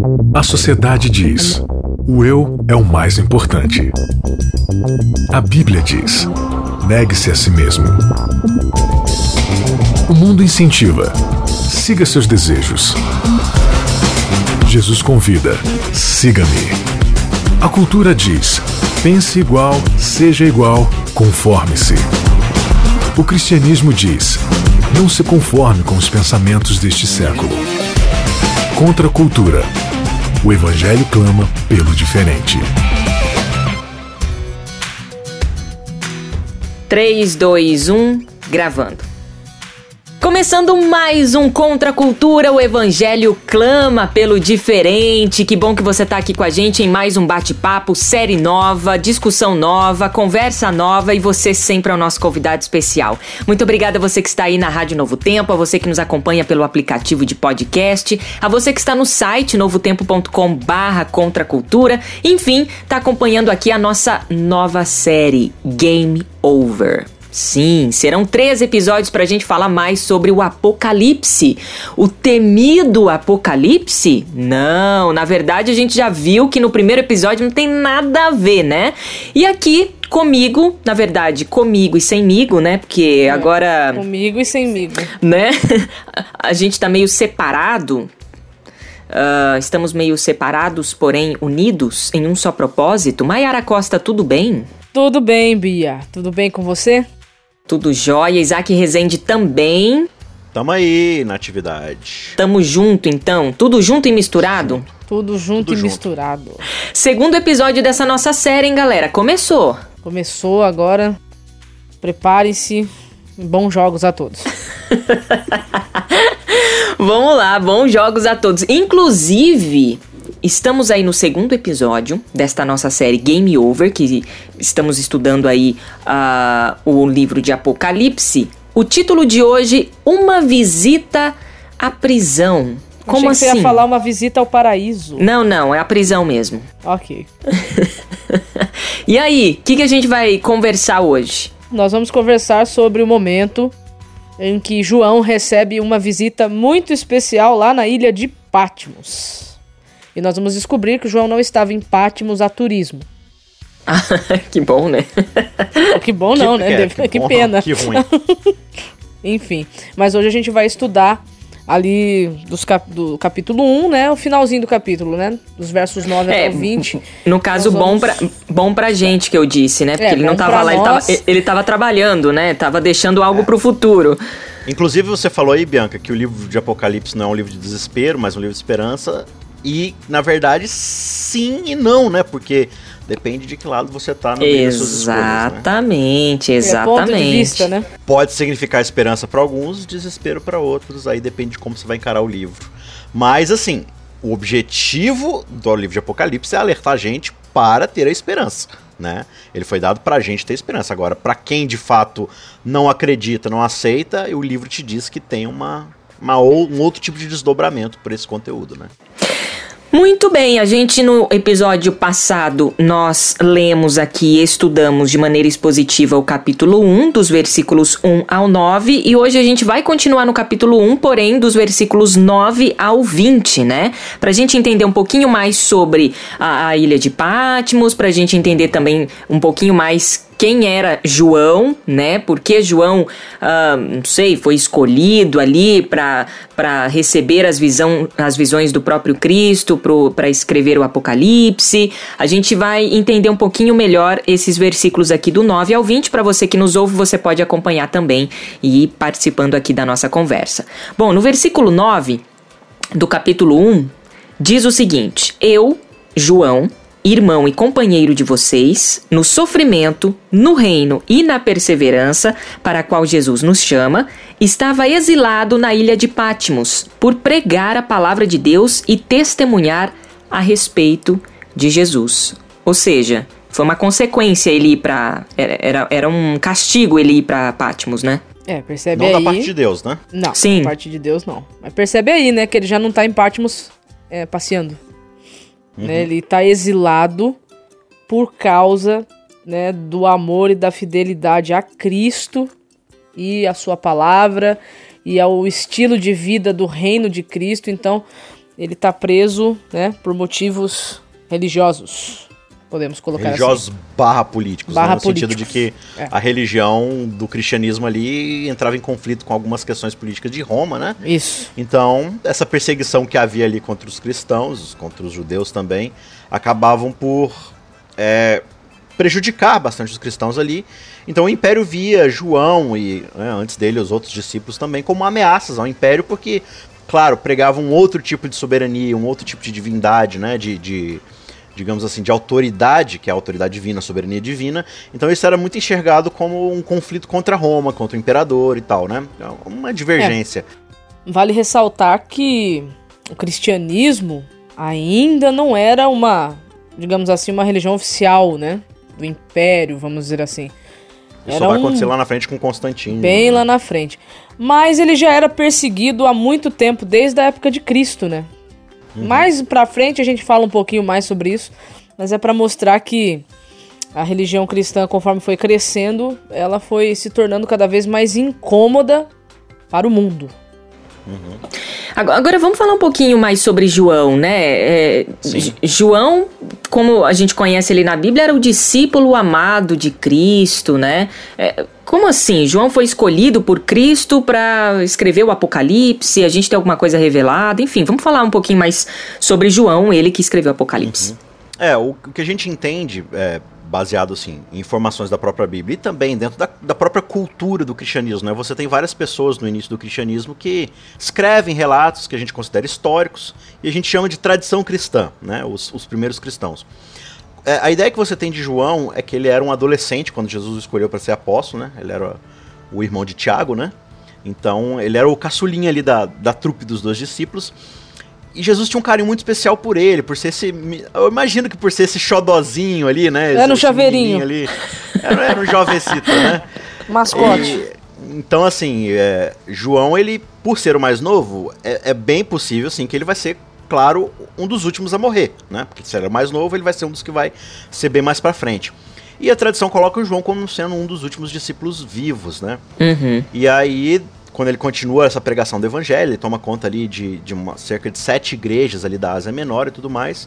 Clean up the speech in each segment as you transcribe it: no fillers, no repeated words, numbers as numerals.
A sociedade diz: o eu é o mais importante. A Bíblia diz: negue-se a si mesmo. O mundo incentiva: siga seus desejos. Jesus convida: siga-me. A cultura diz: pense igual, seja igual, conforme-se. O cristianismo diz: não se conforme com os pensamentos deste século. Contra a cultura, o Evangelho clama pelo diferente. 3, 2, 1, gravando. Começando mais um Contra a Cultura, o Evangelho clama pelo diferente. Que bom que você tá aqui com a gente em mais um bate-papo, série nova, discussão nova, conversa nova e você sempre é o nosso convidado especial. Muito obrigada a você que está aí na Rádio Novo Tempo, a você que nos acompanha pelo aplicativo de podcast, a você que está no site novotempo.com/contracultura, enfim, tá acompanhando aqui a nossa nova série Game Over. Sim, serão 3 episódios pra gente falar mais sobre o Apocalipse. O temido Apocalipse? Não, na verdade a gente já viu que no primeiro episódio não tem nada a ver, né? E aqui, comigo, na verdade, comigo e semigo, né? Porque agora... Comigo e semigo. Né? A gente tá meio separado. Estamos meio separados, porém unidos em um só propósito. Maiara Costa, tudo bem? Tudo bem, Bia. Tudo bem com você? Tudo jóia. Isaac Rezende também. Tamo aí na atividade. Tamo junto, então? Tudo junto e misturado? Tudo junto e misturado. Segundo episódio dessa nossa série, hein, galera? Começou. Começou agora. Preparem-se. Bons jogos a todos. Vamos lá, bons jogos a todos. Inclusive... Estamos aí no segundo episódio desta nossa série Game Over, que estamos estudando aí o livro de Apocalipse. O título de hoje, Uma Visita à Prisão. Como assim? Você ia falar uma visita ao paraíso. Não, é a prisão mesmo. Ok. E aí, o que a gente vai conversar hoje? Nós vamos conversar sobre o momento em que João recebe uma visita muito especial lá na ilha de Patmos. E nós vamos descobrir que o João não estava em Patmos a turismo. Que bom, né? Que bom não, né? Que pena. Não, que ruim. Enfim, mas hoje a gente vai estudar ali do capítulo 1, né? O finalzinho do capítulo, né? Dos versos 9 até o 20. No caso, bom pra gente, que eu disse, né? Porque ele não tava lá, ele tava trabalhando, né? Tava deixando algo pro futuro. Inclusive, você falou aí, Bianca, que o livro de Apocalipse não é um livro de desespero, mas um livro de esperança. E, na verdade, sim e não, né? Porque depende de que lado você tá no meio das suas escolhas, né? Exatamente. É ponto de vista, né? Pode significar esperança para alguns, desespero para outros, aí depende de como você vai encarar o livro. Mas, assim, o objetivo do livro de Apocalipse é alertar a gente para ter a esperança, né? Ele foi dado pra gente ter esperança. Agora, pra quem de fato não acredita, não aceita, o livro te diz que tem um outro tipo de desdobramento por esse conteúdo, né? Muito bem, a gente no episódio passado, nós lemos aqui e estudamos de maneira expositiva o capítulo 1, dos versículos 1 ao 9, e hoje a gente vai continuar no capítulo 1, porém dos versículos 9 ao 20, né? Pra gente entender um pouquinho mais sobre a ilha de Patmos, pra gente entender também um pouquinho mais quem era João, né? Porque João, não sei, foi escolhido ali para receber as visões do próprio Cristo, para escrever o Apocalipse. A gente vai entender um pouquinho melhor esses versículos aqui do 9 ao 20. Para você que nos ouve, você pode acompanhar também e ir participando aqui da nossa conversa. Bom, no versículo 9 do capítulo 1, diz o seguinte: Eu, João, irmão e companheiro de vocês, no sofrimento, no reino e na perseverança para a qual Jesus nos chama, estava exilado na ilha de Patmos por pregar a palavra de Deus e testemunhar a respeito de Jesus. Ou seja, foi uma consequência ele ir para... Era um castigo ele ir para Patmos, né? Percebe não aí... Não da parte de Deus, né? Não, sim, da parte de Deus não. Mas percebe aí, né, que ele já não tá em Patmos passeando. Uhum. Né, ele está exilado por causa, né, do amor e da fidelidade a Cristo e a sua palavra e ao estilo de vida do reino de Cristo. Então ele tá preso, né, por motivos religiosos. Podemos colocar religiosos assim. barra políticos, Barra né? No sentido de que É. a religião do cristianismo ali entrava em conflito com algumas questões políticas de Roma, né? Isso. Então, essa perseguição que havia ali contra os cristãos, contra os judeus também, acabavam por prejudicar bastante os cristãos ali. Então o Império via João e, antes dele, os outros discípulos também como ameaças ao Império, porque, claro, pregavam um outro tipo de soberania, um outro tipo de divindade, né, digamos assim, de autoridade, que é a autoridade divina, a soberania divina. Então isso era muito enxergado como um conflito contra Roma, contra o imperador e tal, né? Uma divergência. Vale ressaltar que o cristianismo ainda não era uma, digamos assim, uma religião oficial, né? Do Império, vamos dizer assim. Isso só vai acontecer lá na frente com Constantino. Bem lá na frente. Mas ele já era perseguido há muito tempo, desde a época de Cristo, né? Mais pra frente a gente fala um pouquinho mais sobre isso, mas é pra mostrar que a religião cristã, conforme foi crescendo, ela foi se tornando cada vez mais incômoda para o mundo. Agora vamos falar um pouquinho mais sobre João, né? João, como a gente conhece ele na Bíblia, era o discípulo amado de Cristo, né? Como assim? João foi escolhido por Cristo para escrever o Apocalipse? A gente tem alguma coisa revelada? Enfim, vamos falar um pouquinho mais sobre João, ele que escreveu o Apocalipse. O que a gente entende, baseado assim, em informações da própria Bíblia e também dentro da própria cultura do cristianismo, né? Você tem várias pessoas no início do cristianismo que escrevem relatos que a gente considera históricos e a gente chama de tradição cristã, né? Os primeiros cristãos. A ideia que você tem de João é que ele era um adolescente quando Jesus o escolheu para ser apóstolo, né? Ele era o irmão de Tiago, né? Então ele era o caçulinha ali da trupe dos 2 discípulos. E Jesus tinha um carinho muito especial por ele, por ser esse... Eu imagino que por ser esse xodozinho ali, né? Era um chaveirinho. Ali, era um jovecito, né? Mascote. Então, assim, João, ele, por ser o mais novo, é bem possível, sim, que ele vai ser, claro, um dos últimos a morrer, né? Porque se ele é mais novo, ele vai ser um dos que vai ser bem mais pra frente. E a tradição coloca o João como sendo um dos últimos discípulos vivos, né? E aí, quando ele continua essa pregação do evangelho, ele toma conta ali de cerca de 7 igrejas ali da Ásia Menor e tudo mais.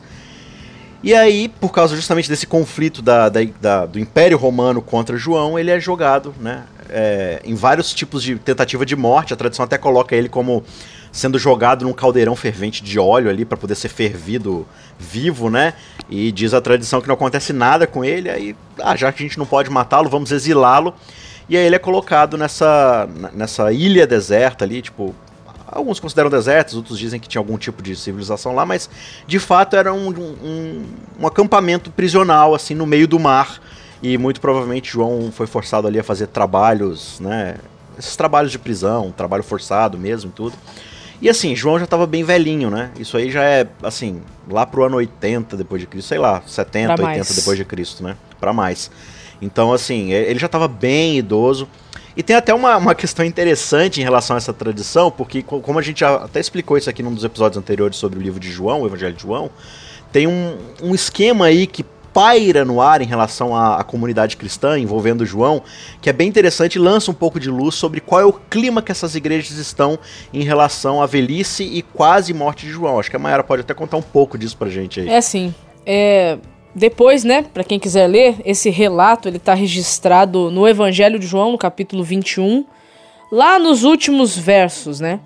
E aí, por causa justamente desse conflito do Império Romano contra João, ele é jogado, né, em vários tipos de tentativa de morte. A tradição até coloca ele como sendo jogado num caldeirão fervente de óleo ali para poder ser fervido vivo, né? E diz a tradição que não acontece nada com ele. Aí, já que a gente não pode matá-lo, vamos exilá-lo. E aí ele é colocado nessa ilha deserta ali, tipo, alguns consideram desertos, outros dizem que tinha algum tipo de civilização lá, mas de fato era um acampamento prisional, assim, no meio do mar, e muito provavelmente João foi forçado ali a fazer trabalhos, né, esses trabalhos de prisão, trabalho forçado mesmo e tudo. E assim, João já estava bem velhinho, né, isso aí já é, assim, lá pro ano 80 depois de Cristo, sei lá, 70, 80 depois de Cristo, né, pra mais. Então, assim, ele já estava bem idoso. E tem até uma questão interessante em relação a essa tradição, porque como a gente já até explicou isso aqui num dos episódios anteriores sobre o livro de João, o Evangelho de João, tem um esquema aí que paira no ar em relação à comunidade cristã envolvendo João, que é bem interessante e lança um pouco de luz sobre qual é o clima que essas igrejas estão em relação à velhice e quase morte de João. Acho que a Mayara pode até contar um pouco disso pra gente aí. Depois, né, para quem quiser ler, esse relato ele está registrado no Evangelho de João, no capítulo 21, lá nos últimos versos, né?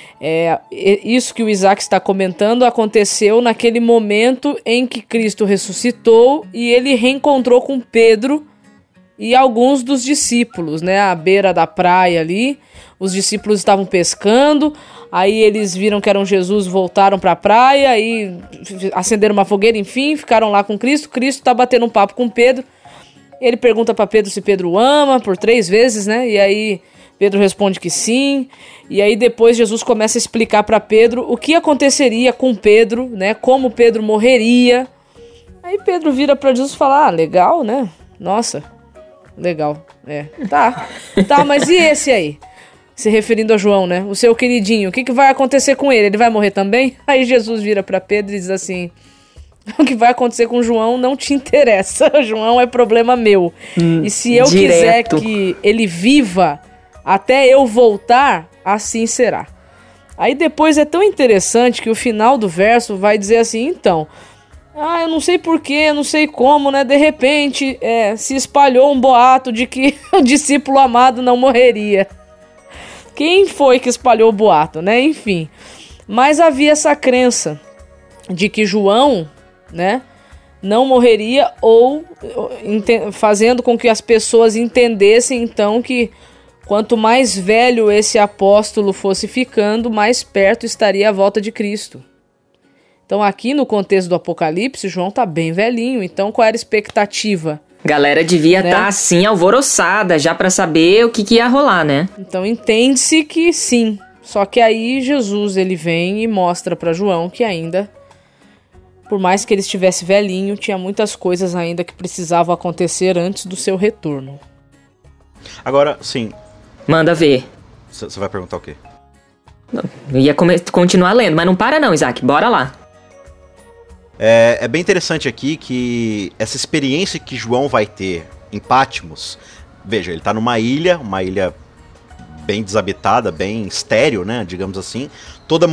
Isso que o Isaac está comentando aconteceu naquele momento em que Cristo ressuscitou e ele reencontrou com Pedro e alguns dos discípulos, né, à beira da praia ali. Os discípulos estavam pescando, aí eles viram que era um Jesus, voltaram para a praia, aí acenderam uma fogueira, enfim, ficaram lá com Cristo. Cristo tá batendo um papo com Pedro. Ele pergunta para Pedro se Pedro o ama por 3 vezes, né? E aí Pedro responde que sim. E aí depois Jesus começa a explicar para Pedro o que aconteceria com Pedro, né? Como Pedro morreria. Aí Pedro vira para Jesus e fala: legal, né? Nossa, legal. Tá, mas e esse aí? Se referindo a João, né? O seu queridinho, o que vai acontecer com ele? Ele vai morrer também? Aí Jesus vira para Pedro e diz assim: o que vai acontecer com João não te interessa. João é problema meu. E se eu quiser que ele viva até eu voltar, assim será. Aí depois é tão interessante que o final do verso vai dizer assim, então, eu não sei porquê, não sei como, né, de repente se espalhou um boato de que o discípulo amado não morreria. Quem foi que espalhou o boato, né, enfim. Mas havia essa crença de que João, né, não morreria, ou fazendo com que as pessoas entendessem então que quanto mais velho esse apóstolo fosse ficando, mais perto estaria a volta de Cristo. Então aqui no contexto do Apocalipse, João tá bem velhinho, então qual era a expectativa? Galera devia estar assim alvoroçada já para saber o que ia rolar, né? Então entende-se que sim, só que aí Jesus ele vem e mostra para João que ainda, por mais que ele estivesse velhinho, tinha muitas coisas ainda que precisavam acontecer antes do seu retorno. Agora, sim. Manda ver. Você vai perguntar o quê? Eu ia continuar lendo, mas não para não, Isaac. Bora lá. É bem interessante aqui que essa experiência que João vai ter em Patmos, veja, ele tá numa ilha bem desabitada, bem estéril, né, digamos assim, toda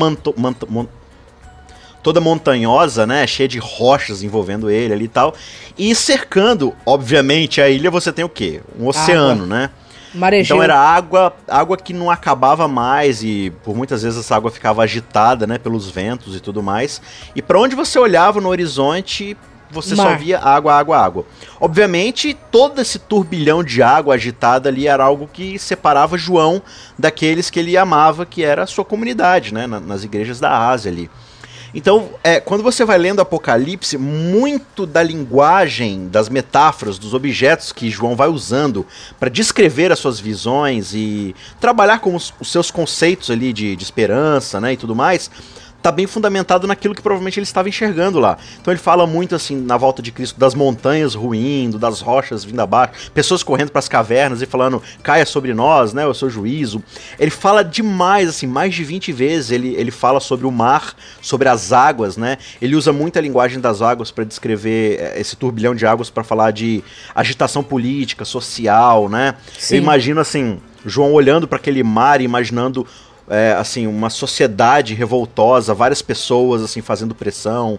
montanhosa, né, cheia de rochas envolvendo ele ali e tal, e cercando, obviamente, a ilha você tem o quê? Um oceano, né? Marejeu. Então era água que não acabava mais e por muitas vezes essa água ficava agitada, né, pelos ventos e tudo mais. E para onde você olhava no horizonte, você só via água. Obviamente, todo esse turbilhão de água agitada ali era algo que separava João daqueles que ele amava, que era a sua comunidade, né, nas igrejas da Ásia ali. Então, quando você vai lendo Apocalipse, muito da linguagem, das metáforas, dos objetos que João vai usando para descrever as suas visões e trabalhar com os seus conceitos ali de esperança, né, e tudo mais, tá bem fundamentado naquilo que provavelmente ele estava enxergando lá. Então ele fala muito assim, na volta de Cristo, das montanhas ruindo, das rochas vindo abaixo, pessoas correndo para as cavernas e falando, caia sobre nós, né, o seu juízo. Ele fala demais, assim, mais de 20 vezes ele fala sobre o mar, sobre as águas, né, ele usa muito a linguagem das águas para descrever esse turbilhão de águas, para falar de agitação política, social, né. Sim. Eu imagino assim, João olhando para aquele mar e imaginando assim, uma sociedade revoltosa, várias pessoas assim fazendo pressão,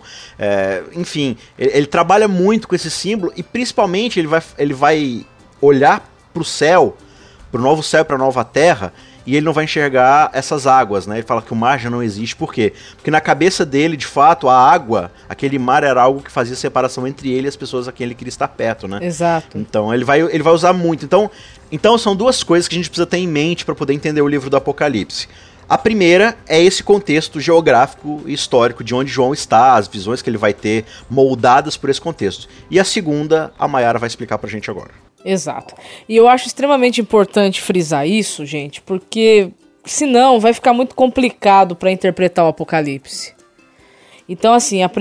enfim, ele trabalha muito com esse símbolo e principalmente ele vai olhar para o céu, para o novo céu e para a nova terra, e ele não vai enxergar essas águas, né? Ele fala que o mar já não existe. Por quê? Porque na cabeça dele, de fato, a água, aquele mar era algo que fazia separação entre ele e as pessoas a quem ele queria estar perto, né? Exato. Então ele vai usar muito. Então são duas coisas que a gente precisa ter em mente para poder entender o livro do Apocalipse. A primeira é esse contexto geográfico e histórico de onde João está, as visões que ele vai ter moldadas por esse contexto. E a segunda, a Mayara vai explicar pra gente agora. Exato. E eu acho extremamente importante frisar isso, gente, porque senão vai ficar muito complicado para interpretar o Apocalipse. Então, assim, o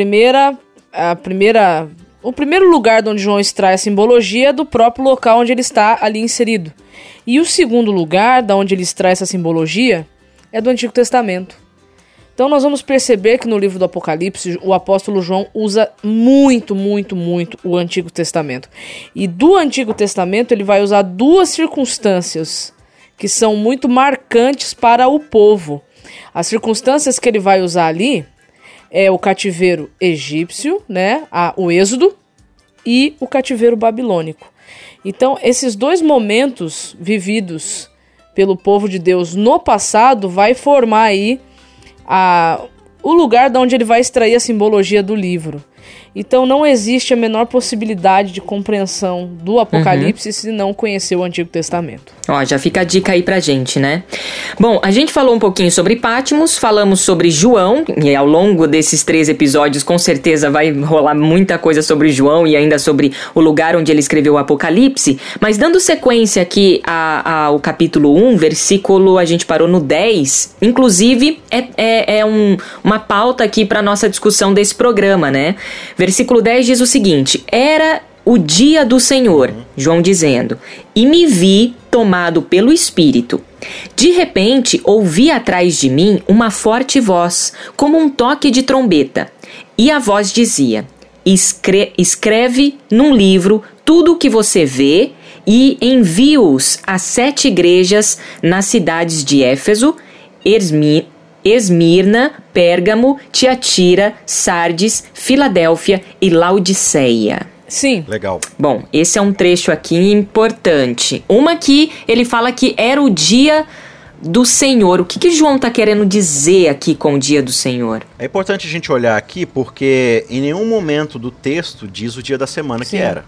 primeiro lugar de onde João extrai a simbologia é do próprio local onde ele está ali inserido. E o segundo lugar de onde ele extrai essa simbologia é do Antigo Testamento. Então nós vamos perceber que no livro do Apocalipse o apóstolo João usa muito o Antigo Testamento. E do Antigo Testamento ele vai usar duas circunstâncias que são muito marcantes para o povo. As circunstâncias que ele vai usar ali é o cativeiro egípcio, né, o Êxodo, e o cativeiro babilônico. Então esses dois momentos vividos pelo povo de Deus no passado vai formar aí o lugar de onde ele vai extrair a simbologia do livro. Então não existe a menor possibilidade de compreensão do Apocalipse se não conhecer o Antigo Testamento. Ó, já fica a dica aí pra gente, né? Bom, a gente falou um pouquinho sobre Patmos, falamos sobre João, e ao longo desses 3 episódios com certeza vai rolar muita coisa sobre João e ainda sobre o lugar onde ele escreveu o Apocalipse, mas dando sequência aqui ao capítulo 1, versículo, a gente parou no 10, inclusive uma pauta aqui pra nossa discussão desse programa, né? Versículo 10 diz o seguinte: era o dia do Senhor, João dizendo, e me vi tomado pelo Espírito. De repente, ouvi atrás de mim uma forte voz, como um toque de trombeta. E a voz dizia: escreve num livro tudo o que você vê e envie-os às 7 igrejas nas cidades de Éfeso, Esmirna, Pérgamo, Tiatira, Sardes, Filadélfia e Laodiceia. Sim. Legal. Bom, esse é um trecho aqui importante. Uma que ele fala que era o dia do Senhor. O que João está querendo dizer aqui com o dia do Senhor? É importante a gente olhar aqui porque em nenhum momento do texto diz o dia da semana que era.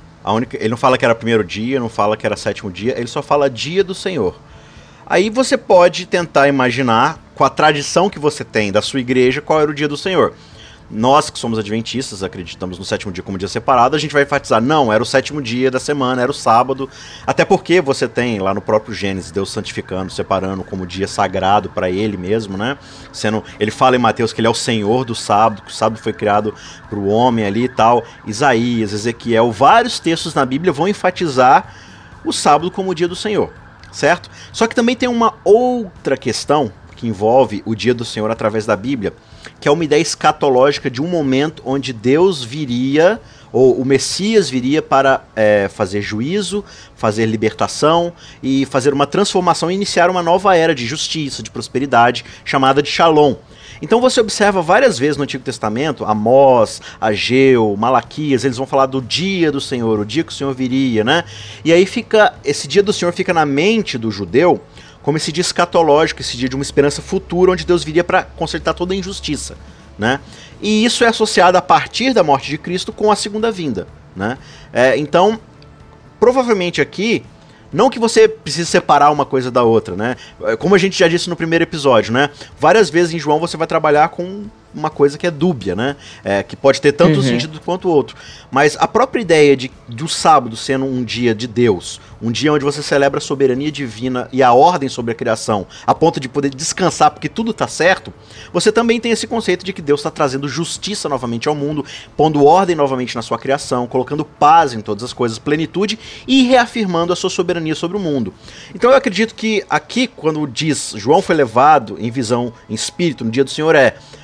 Ele não fala que era primeiro dia, não fala que era sétimo dia, ele só fala dia do Senhor. Aí você pode tentar imaginar, com a tradição que você tem da sua igreja, qual era o dia do Senhor. Nós que somos adventistas, acreditamos no sétimo dia como dia separado, a gente vai enfatizar, não, era o sétimo dia da semana, era o sábado, até porque você tem lá no próprio Gênesis, Deus santificando, separando como dia sagrado para ele mesmo, né? Ele fala em Mateus que ele é o Senhor do sábado, que o sábado foi criado para o homem ali e tal. Isaías, Ezequiel, vários textos na Bíblia vão enfatizar o sábado como o dia do Senhor, certo? Só que também tem uma outra questão que envolve o dia do Senhor através da Bíblia, que é uma ideia escatológica de um momento onde Deus viria, ou o Messias viria para fazer juízo, fazer libertação e fazer uma transformação e iniciar uma nova era de justiça, de prosperidade, chamada de Shalom. Então você observa várias vezes no Antigo Testamento, Amós, Ageu, Malaquias, eles vão falar do dia do Senhor, o dia que o Senhor viria, né? E aí esse dia do Senhor fica na mente do judeu como esse dia escatológico, esse dia de uma esperança futura, onde Deus viria para consertar toda a injustiça, né? E isso é associado a partir da morte de Cristo com a segunda vinda, né? Então, provavelmente aqui, não que você precise separar uma coisa da outra, né? Como a gente já disse no primeiro episódio, né? Várias vezes em João você vai trabalhar com uma coisa que é dúbia, né? Que pode ter tanto sentido quanto o outro. Mas a própria ideia do sábado sendo um dia de Deus, um dia onde você celebra a soberania divina e a ordem sobre a criação, a ponto de poder descansar porque tudo está certo, você também tem esse conceito de que Deus está trazendo justiça novamente ao mundo, pondo ordem novamente na sua criação, colocando paz em todas as coisas, plenitude e reafirmando a sua soberania sobre o mundo. Então eu acredito que aqui, quando diz João foi levado em visão, em espírito, no dia do Senhor,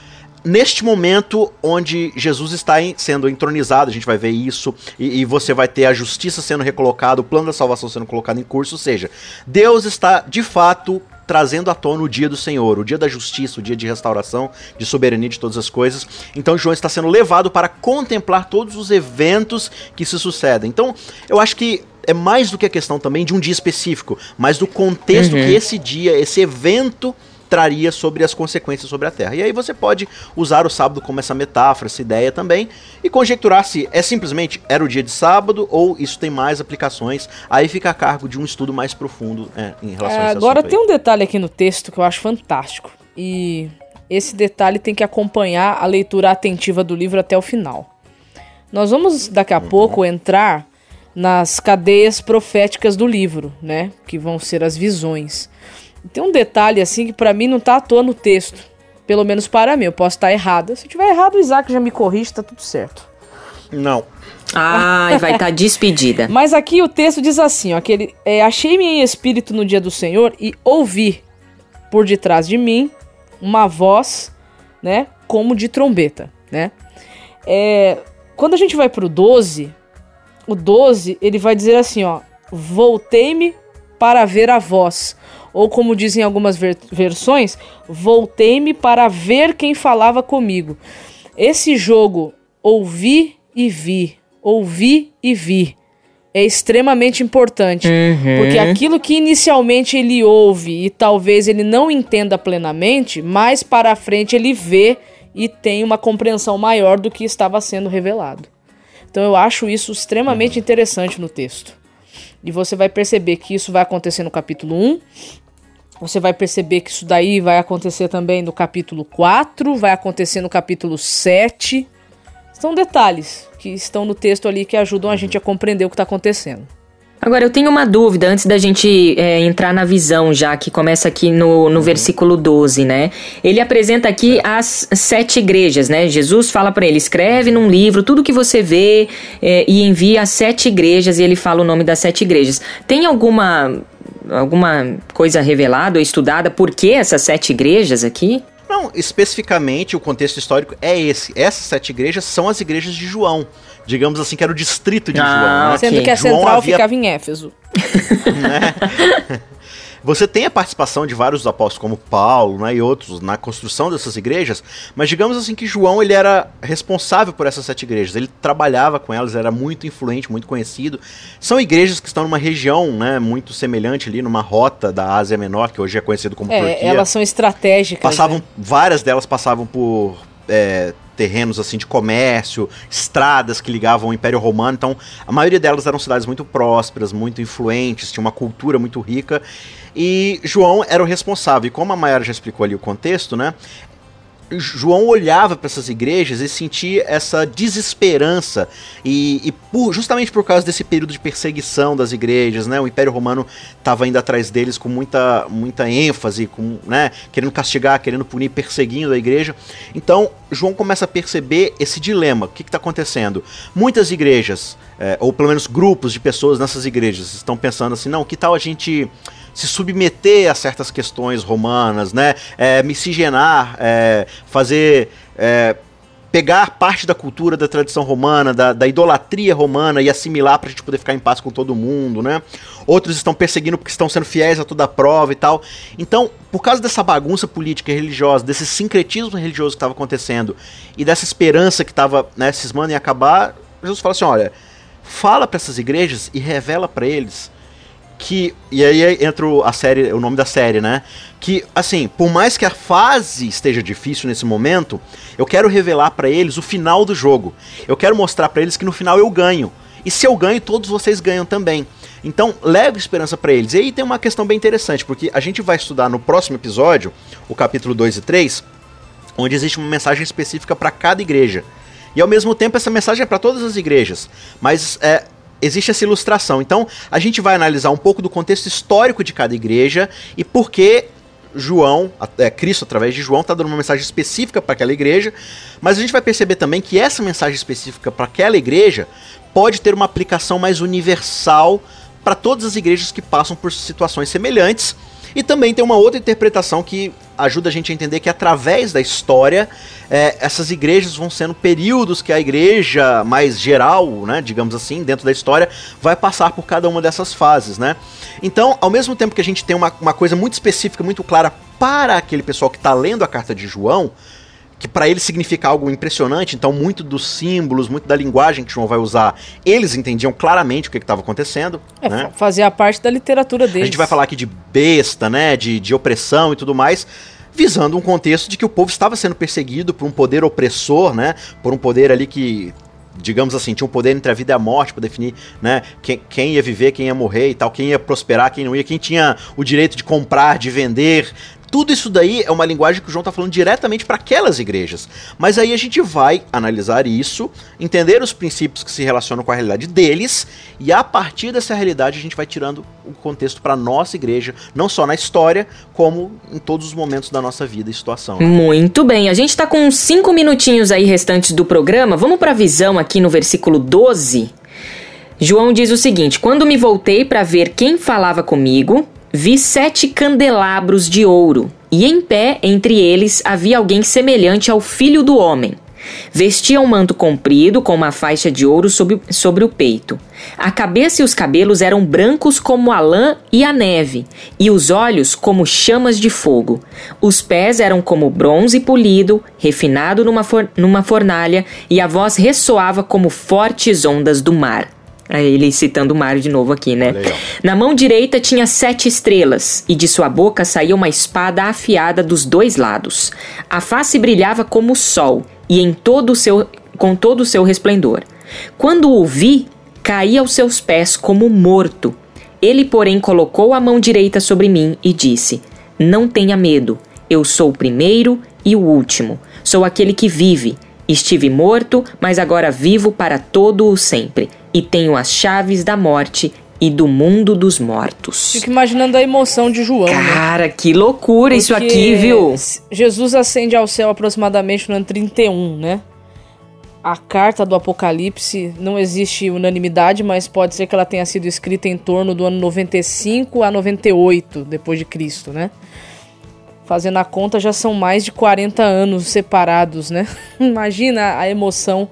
neste momento onde Jesus está sendo entronizado, a gente vai ver isso, e você vai ter a justiça sendo recolocada, o plano da salvação sendo colocado em curso, ou seja, Deus está de fato trazendo à tona o dia do Senhor, o dia da justiça, o dia de restauração, de soberania de todas as coisas. Então João está sendo levado para contemplar todos os eventos que se sucedem. Então eu acho que é mais do que a questão também de um dia específico, mas do contexto que esse dia, esse evento traria sobre as consequências sobre a Terra. E aí você pode usar o sábado como essa metáfora, essa ideia também, e conjecturar se simplesmente era o dia de sábado ou isso tem mais aplicações. Aí fica a cargo de um estudo mais profundo em relação a esse agora tem assunto um detalhe aqui no texto que eu acho fantástico, e esse detalhe tem que acompanhar a leitura atentiva do livro até o final. Nós vamos daqui a pouco entrar nas cadeias proféticas do livro, né, que vão ser as visões. Tem um detalhe assim que pra mim não tá à toa no texto, pelo menos para mim, eu posso estar errada. Se eu tiver errado, o Isaac já me corrige, tá tudo certo. Não. Ai, vai estar despedida. Mas aqui o texto diz assim, ó, que achei-me em espírito no dia do Senhor e ouvi por detrás de mim uma voz, né, como de trombeta, né? Quando a gente vai pro 12, o 12, ele vai dizer assim, ó, voltei-me para ver a voz. Ou como dizem algumas versões, voltei-me para ver quem falava comigo. Esse jogo, ouvi e vi, é extremamente importante. Porque aquilo que inicialmente ele ouve e talvez ele não entenda plenamente, mais para frente ele vê e tem uma compreensão maior do que estava sendo revelado. Então eu acho isso extremamente interessante no texto. E você vai perceber que isso vai acontecer no capítulo 1. Você vai perceber que isso daí vai acontecer também no capítulo 4. Vai acontecer no capítulo 7. São detalhes que estão no texto ali que ajudam a gente a compreender o que está acontecendo. Agora, eu tenho uma dúvida antes da gente entrar na visão já, que começa aqui no versículo 12, né? Ele apresenta aqui as 7 igrejas, né? Jesus fala para ele, escreve num livro tudo que você vê e envia às 7 igrejas, e ele fala o nome das 7 igrejas. Tem alguma coisa revelada ou estudada por que essas 7 igrejas aqui? Não, especificamente o contexto histórico é esse. Essas 7 igrejas são as igrejas de João. Digamos assim, que era o distrito de João, né? Sendo que a central ficava em Éfeso. Né? Você tem a participação de vários apóstolos, como Paulo, né, e outros, na construção dessas igrejas, mas digamos assim que João, ele era responsável por essas 7 igrejas, ele trabalhava com elas, era muito influente, muito conhecido. São igrejas que estão numa região, né, muito semelhante ali, numa rota da Ásia Menor, que hoje é conhecido como Turquia. Elas são estratégicas. Né? Várias delas passavam por terrenos assim de comércio, estradas que ligavam ao Império Romano, então a maioria delas eram cidades muito prósperas, muito influentes, tinha uma cultura muito rica, e João era o responsável, e como a Mayara já explicou ali o contexto, né, João olhava para essas igrejas e sentia essa desesperança justamente por causa desse período de perseguição das igrejas, né? O Império Romano estava indo atrás deles com muita ênfase, né? Querendo castigar, querendo punir, perseguindo a igreja. Então João começa a perceber esse dilema. O que está acontecendo? Muitas igrejas, ou pelo menos grupos de pessoas nessas igrejas, estão pensando assim, não, que tal a gente se submeter a certas questões romanas, né? Miscigenar, pegar parte da cultura, da tradição romana, da idolatria romana e assimilar para a gente poder ficar em paz com todo mundo, né? Outros estão perseguindo porque estão sendo fiéis a toda a prova e tal. Então, por causa dessa bagunça política e religiosa, desse sincretismo religioso que estava acontecendo e dessa esperança que estava, né, cismando em acabar, Jesus fala assim, olha, fala para essas igrejas e revela para eles e aí entra o nome da série, né? Que, assim, por mais que a fase esteja difícil nesse momento, eu quero revelar pra eles o final do jogo. Eu quero mostrar pra eles que no final eu ganho. E se eu ganho, todos vocês ganham também. Então, leve esperança pra eles. E aí tem uma questão bem interessante, porque a gente vai estudar no próximo episódio, o capítulo 2 e 3, onde existe uma mensagem específica pra cada igreja. E ao mesmo tempo, essa mensagem é pra todas as igrejas. Mas existe essa ilustração. Então, a gente vai analisar um pouco do contexto histórico de cada igreja e por que Cristo, através de João, está dando uma mensagem específica para aquela igreja, mas a gente vai perceber também que essa mensagem específica para aquela igreja pode ter uma aplicação mais universal para todas as igrejas que passam por situações semelhantes. E também tem uma outra interpretação que ajuda a gente a entender que através da história, essas igrejas vão sendo períodos que a igreja mais geral, né, digamos assim, dentro da história, vai passar por cada uma dessas fases, né? Então, ao mesmo tempo que a gente tem uma coisa muito específica, muito clara para aquele pessoal que está lendo a carta de João, que para eles significa algo impressionante, então muito dos símbolos, muito da linguagem que João vai usar, eles entendiam claramente o que estava acontecendo. Né? Fazia parte da literatura deles. A gente vai falar aqui de besta, né, de opressão e tudo mais, visando um contexto de que o povo estava sendo perseguido por um poder opressor, né, por um poder ali que, digamos assim, tinha um poder entre a vida e a morte para definir, né, quem ia viver, quem ia morrer e tal, quem ia prosperar, quem não ia, quem tinha o direito de comprar, de vender. Tudo isso daí é uma linguagem que o João está falando diretamente para aquelas igrejas. Mas aí a gente vai analisar isso, entender os princípios que se relacionam com a realidade deles, e a partir dessa realidade a gente vai tirando o contexto para a nossa igreja, não só na história, como em todos os momentos da nossa vida e situação. Né? Muito bem, a gente está com 5 minutinhos aí restantes do programa. Vamos para a visão aqui no versículo 12. João diz o seguinte: quando me voltei para ver quem falava comigo, vi 7 candelabros de ouro, e em pé entre eles havia alguém semelhante ao Filho do Homem. Vestia um manto comprido com uma faixa de ouro sobre o peito. A cabeça e os cabelos eram brancos como a lã e a neve, e os olhos como chamas de fogo. Os pés eram como bronze polido, refinado numa fornalha, e a voz ressoava como fortes ondas do mar. Ele citando o mar de novo aqui, né? Na mão direita tinha 7 estrelas, e de sua boca saía uma espada afiada dos 2 lados. A face brilhava como o sol, e com todo o seu resplendor. Quando o vi, caí aos seus pés como morto. Ele, porém, colocou a mão direita sobre mim e disse: não tenha medo, eu sou o primeiro e o último. Sou aquele que vive. Estive morto, mas agora vivo para todo o sempre. E tenho as chaves da morte e do mundo dos mortos. Fico imaginando a emoção de João. Cara, né? Que loucura. Porque isso aqui, viu? Jesus ascende ao céu aproximadamente no ano 31, né? A carta do Apocalipse, não existe unanimidade, mas pode ser que ela tenha sido escrita em torno do ano 95 a 98 depois de Cristo, né? Fazendo a conta, já são mais de 40 anos separados, né? Imagina a emoção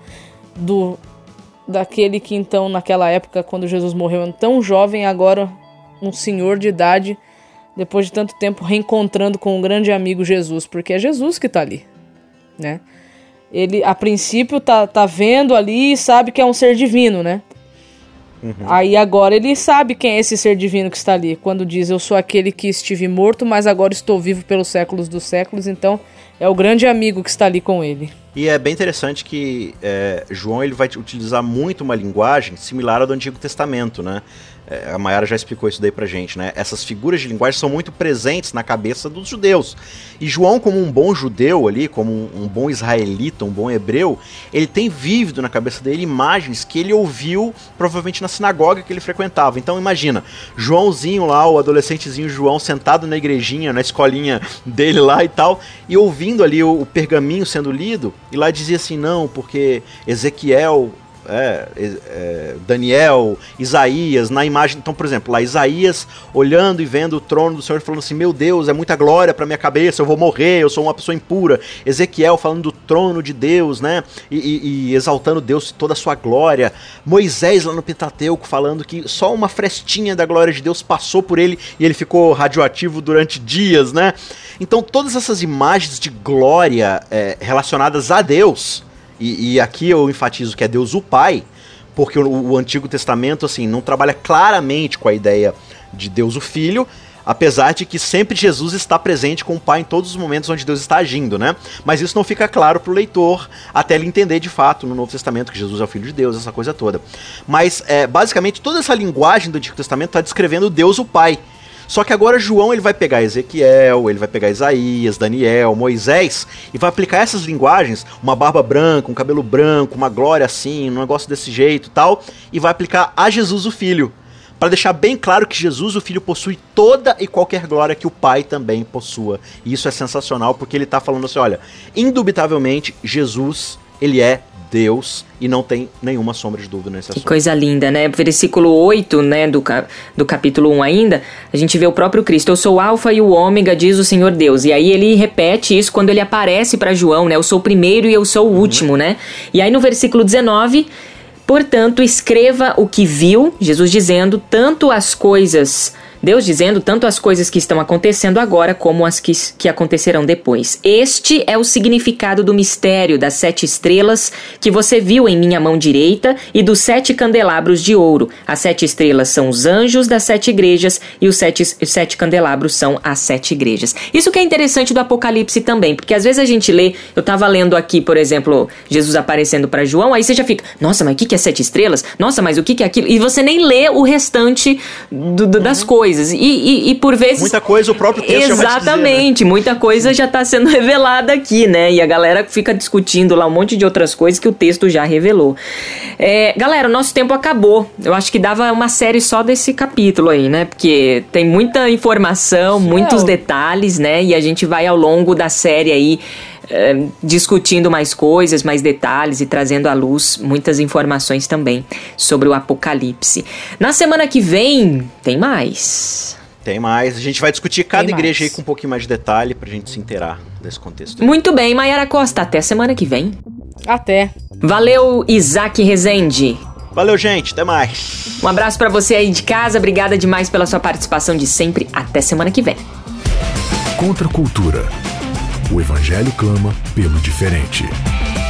daquele que então, naquela época, quando Jesus morreu, tão jovem, agora um senhor de idade, depois de tanto tempo reencontrando com o grande amigo Jesus, porque é Jesus que tá ali, né? Ele, a princípio, tá vendo ali e sabe que é um ser divino, né? Uhum. Aí agora ele sabe quem é esse ser divino que está ali, quando diz, eu sou aquele que estive morto, mas agora estou vivo pelos séculos dos séculos, então é o grande amigo que está ali com ele. E é bem interessante que João ele vai utilizar muito uma linguagem similar à do Antigo Testamento, né? A Mayara já explicou isso daí pra gente, né? Essas figuras de linguagem são muito presentes na cabeça dos judeus. E João, como um bom judeu ali, como um bom israelita, um bom hebreu, ele tem vívido na cabeça dele imagens que ele ouviu provavelmente na sinagoga que ele frequentava. Então imagina, Joãozinho lá, o adolescentezinho João, sentado na igrejinha, na escolinha dele lá e tal, e ouvindo ali o pergaminho sendo lido, e lá dizia assim, não, porque Ezequiel... Daniel, Isaías, na imagem, então por exemplo, lá Isaías olhando e vendo o trono do Senhor falando assim, meu Deus, é muita glória pra minha cabeça, eu vou morrer, eu sou uma pessoa impura. Ezequiel falando do trono de Deus, né, e exaltando Deus, toda a sua glória. Moisés lá no Pentateuco falando que só uma frestinha da glória de Deus passou por ele e ele ficou radioativo durante dias, né. Então todas essas imagens de glória relacionadas a Deus, e aqui eu enfatizo que é Deus o Pai, porque o Antigo Testamento assim, não trabalha claramente com a ideia de Deus o Filho, apesar de que sempre Jesus está presente com o Pai em todos os momentos onde Deus está agindo, né? Mas isso não fica claro para o leitor até ele entender de fato no Novo Testamento que Jesus é o Filho de Deus, essa coisa toda. Mas basicamente toda essa linguagem do Antigo Testamento está descrevendo Deus o Pai. Só que agora João ele vai pegar Ezequiel, ele vai pegar Isaías, Daniel, Moisés e vai aplicar essas linguagens, uma barba branca, um cabelo branco, uma glória assim, um negócio desse jeito e tal, e vai aplicar a Jesus o Filho, para deixar bem claro que Jesus o Filho possui toda e qualquer glória que o Pai também possua. E isso é sensacional porque ele está falando assim, olha, indubitavelmente Jesus, ele é Deus e não tem nenhuma sombra de dúvida nesse assunto. Que coisa linda, né? Versículo 8, né, do capítulo 1 ainda, a gente vê o próprio Cristo. Eu sou o Alfa e o Ômega, diz o Senhor Deus. E aí ele repete isso quando ele aparece para João, né? Eu sou o primeiro e eu sou o último, né? E aí no versículo 19, portanto, escreva o que viu, Jesus dizendo, tanto as coisas... Deus dizendo tanto as coisas que estão acontecendo agora como as que acontecerão depois. Este é o significado do mistério das 7 estrelas que você viu em minha mão direita e dos 7 candelabros de ouro. As 7 estrelas são os anjos das 7 igrejas e os 7 candelabros são as 7 igrejas. Isso que é interessante do Apocalipse também, porque às vezes a gente lê, eu estava lendo aqui, por exemplo, Jesus aparecendo para João, aí você já fica, nossa, mas o que é 7 estrelas? Nossa, mas o que é aquilo? E você nem lê o restante das coisas. E por vezes... Muita coisa o próprio texto já vai te dizer, exatamente, né? Muita coisa já está sendo revelada aqui, né? E a galera fica discutindo lá um monte de outras coisas que o texto já revelou. Galera, o nosso tempo acabou. Eu acho que dava uma série só desse capítulo aí, né? Porque tem muita informação, muitos detalhes, né? E a gente vai ao longo da série aí discutindo mais coisas, mais detalhes e trazendo à luz muitas informações também sobre o Apocalipse. Na semana que vem, tem mais. Tem mais. A gente vai discutir cada igreja aí com um pouquinho mais de detalhe pra gente se inteirar desse contexto. Muito bem, Mayara Costa. Até semana que vem. Até. Valeu, Isaac Rezende. Valeu, gente. Até mais. Um abraço pra você aí de casa. Obrigada demais pela sua participação de sempre. Até semana que vem. Contra a cultura. O Evangelho clama pelo diferente.